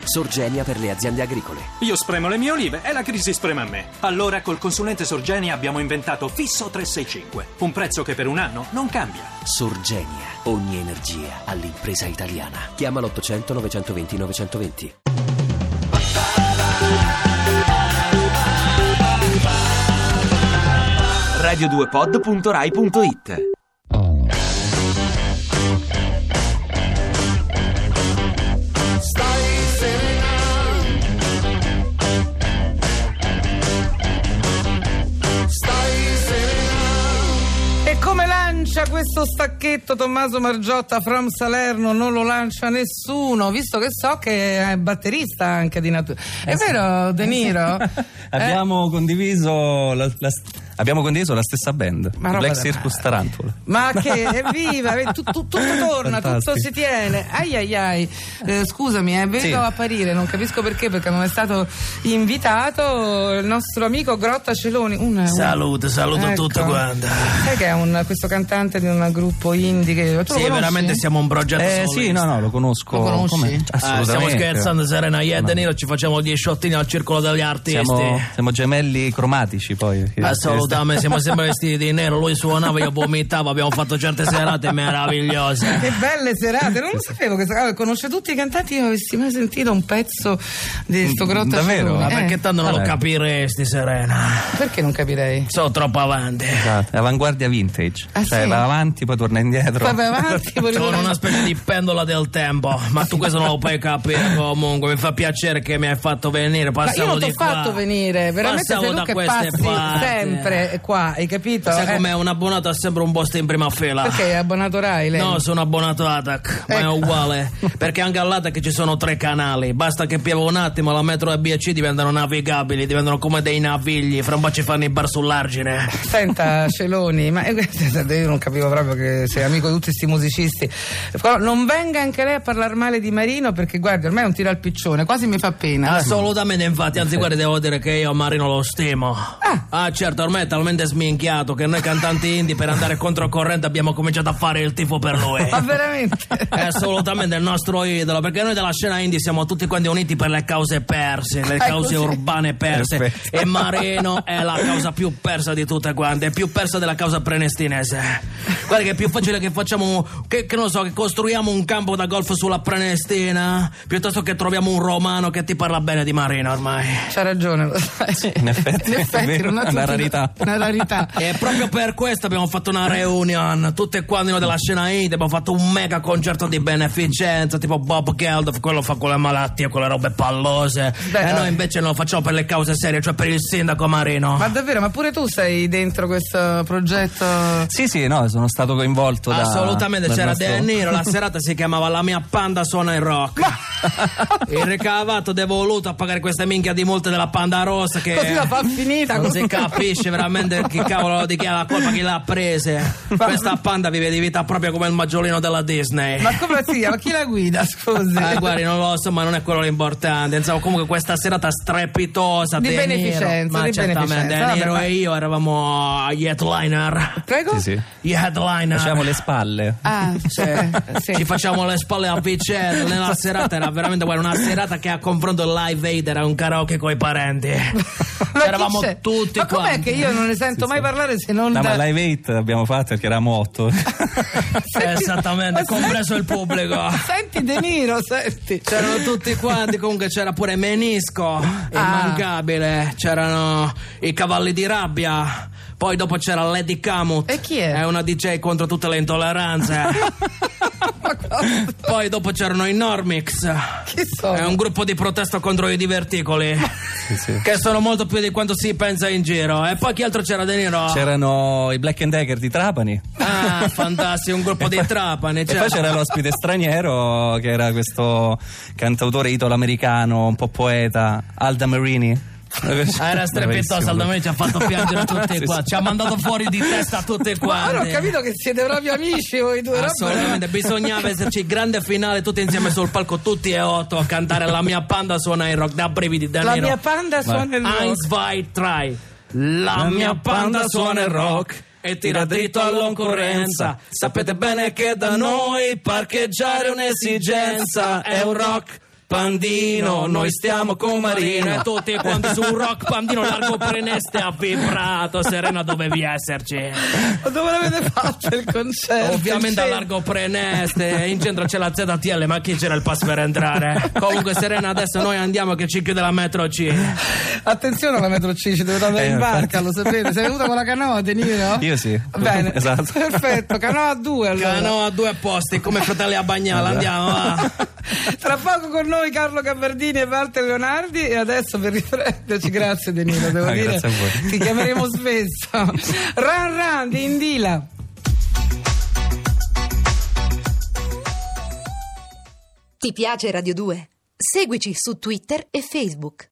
Sorgenia per le aziende agricole. Io spremo le mie olive e la crisi sprema me. Allora col consulente Sorgenia abbiamo inventato Fisso 365, un prezzo che per un anno non cambia. Sorgenia, ogni energia all'impresa italiana. Chiama l'800 920 920. radio2pod.rai.it. Questo stacchetto Tommaso Margiotta from Salerno non lo lancia nessuno, visto che so che è batterista anche di natura. È vero, De Niro? Abbiamo condiviso la stessa band, Black Circus Tarantula. Ma che evviva, tutto torna, fantastico. Tutto si tiene. Ai. Scusami, vedo Sì. apparire, non capisco perché non è stato invitato il nostro amico Grotta Celoni. Saluto ecco. tutto quanto. Sai che è questo cantante di un gruppo indie che tu lo conosci? Veramente siamo un progetto Sì, no, lo conosco. Lo conosci? Come? stiamo Assolutamente. scherzando, Serena. Io e Danilo ci facciamo 10 shottini al circolo degli artisti. Siamo gemelli cromatici poi. Assolutamente, siamo sempre vestiti di nero. Lui suonava, io vomitavo. Abbiamo fatto certe serate meravigliose. Che belle serate, non lo sapevo che conosce tutti i cantanti. Io non avessi mai sentito un pezzo di sto Grotta Davvero? Celoni. Ma perché tanto non lo capiresti, Serena? Perché non capirei? Sono troppo avanti. Esatto, è avanguardia vintage. Sì? Va avanti, poi torna indietro. Poi vai avanti, poi Sono ritorni. una specie di pendola del tempo. Ma tu questo non lo puoi capire. Comunque mi fa piacere che mi hai fatto venire. Ma io Passiamo non ti di ho qua. fatto venire, veramente Passavo sei tu da che queste passi parti. sempre qua, hai capito? Sai com'è? Un abbonato ha sempre un posto in prima fila. Perché è abbonato Rai lei? No, sono abbonato Atac, ma è Ecco. uguale. Perché anche all'Atac ci sono 3 canali. Basta che piova un attimo, la metro e B e C diventano navigabili, diventano come dei navigli. Fra un po' ci fanno i bar sull'argine. Senta Celoni, ma io non capivo proprio che sei amico di tutti questi musicisti. Non venga anche lei a parlare male di Marino, perché guardi, ormai è un tiro al piccione, quasi mi fa pena. Assolutamente, infatti, anzi guardi, devo dire che io a Marino lo stimo. Certo, ormai è talmente sminchiato che noi cantanti indie per andare controcorrente abbiamo cominciato a fare il tifo per lui. Ma veramente? È assolutamente il nostro idolo, perché noi della scena indie siamo tutti quanti uniti per le cause perse, le cause così. urbane perse. Perfetto. E Marino è la causa più persa di tutte quante, è più persa della causa prenestinese. Guarda che è più facile che facciamo, che non so, che costruiamo un campo da golf sulla Prenestina, piuttosto che troviamo un romano che ti parla bene di Marino ormai. C'ha ragione, lo sai. In effetti, è vero, non è una rarità. Una rarità. E proprio per questo abbiamo fatto una reunion, tutte quanti noi della scena indie, abbiamo fatto un mega concerto di beneficenza, tipo Bob Geldof, quello fa con le malattie, con le robe pallose. E noi invece lo facciamo per le cause serie, cioè per il sindaco Marino. Ma davvero, ma pure tu sei dentro questo progetto? Sì, no, sono stato coinvolto Assolutamente, dal c'era nostro... De Niro, la serata si chiamava La mia panda suona il rock. Il ricavato devoluto a pagare queste minchia di multe della Panda Rossa che Così la fa finita. non così. si capisce veramente chi cavolo di chi ha la colpa, chi l'ha prese. Questa panda vive di vita proprio come il maggiolino della Disney. Ma come si chiama? Chi la guida, scusi? Guardi, non lo so, ma non è quello l'importante. Insomma, comunque questa serata strepitosa Di De beneficenza, Niro. Ma di certamente beneficenza. De Niro Vabbè, e io eravamo gli headliner. Prego? Sì. Gli headliner. Facciamo le spalle. Sì. Ci facciamo le spalle a vicenda. Nella serata era veramente una serata che a confronto il Live Aid era un karaoke coi parenti. Ma Eravamo chi c'è? tutti Ma com'è quanti. che io non ne sento mai parlare se non No, da... ma Live 8 abbiamo fatto perché eravamo 8. Esattamente, Ma compreso il pubblico. Senti De Niro, senti. C'erano tutti quanti, comunque c'era pure Menisco, immancabile, c'erano i Cavalli di Rabbia, poi dopo c'era Lady Camut. E chi è? È una DJ contro tutte le intolleranze. Poi dopo c'erano i Normix. Chi sono? È un gruppo di protesta contro i diverticoli. Sì. Che sono molto più di quanto si pensa in giro. E poi chi altro c'era, De Niro? C'erano i Black and Decker di Trapani. Ah, fantastico, un gruppo di Trapani. E poi c'era l'ospite straniero che era questo cantautore italo-americano, un po' poeta, Alda Marini. Era strepitosa, Aldomenico ci ha fatto piangere tutti Sì, qua. sì. Ci ha mandato fuori di testa tutti Ma ora ho quanti. capito che siete proprio amici voi due. Assolutamente, bisognava esserci grande finale tutti insieme sul palco, tutti e 8 a cantare La mia panda suona il rock, da brividi, da La nero. mia panda suona il rock. 1, 2, 3. La mia panda suona il rock e tira dritto all'occorrenza. Sapete bene che da noi parcheggiare è un'esigenza. È un rock Pandino, noi stiamo con Marino. E tutti quanti su Rock Pandino Largo Preneste ha vibrato. Serena, dovevi esserci. Ma dove l'avete fatto il concerto? Ovviamente a Largo Preneste. In centro c'è la ZTL, ma chi c'era il pass per entrare? Comunque Serena, adesso noi andiamo che ci chiude la metro C. Attenzione alla metro C, ci dovete andare in barca, lo sapete. Sei venuta con la canoa, De Niro? Io sì. Bene, Esatto. perfetto, canoa a 2 allora. Canoa a 2 posti, come Fratelli a Bagnala, andiamo, va. Tra poco con noi Carlo Gabardini e Walter Leonardi, e adesso per riprenderci, grazie De Niro, devo dire, grazie a voi. ti chiameremo spesso. Ran ran di Indila. Ti piace Radio 2? Seguici su Twitter e Facebook.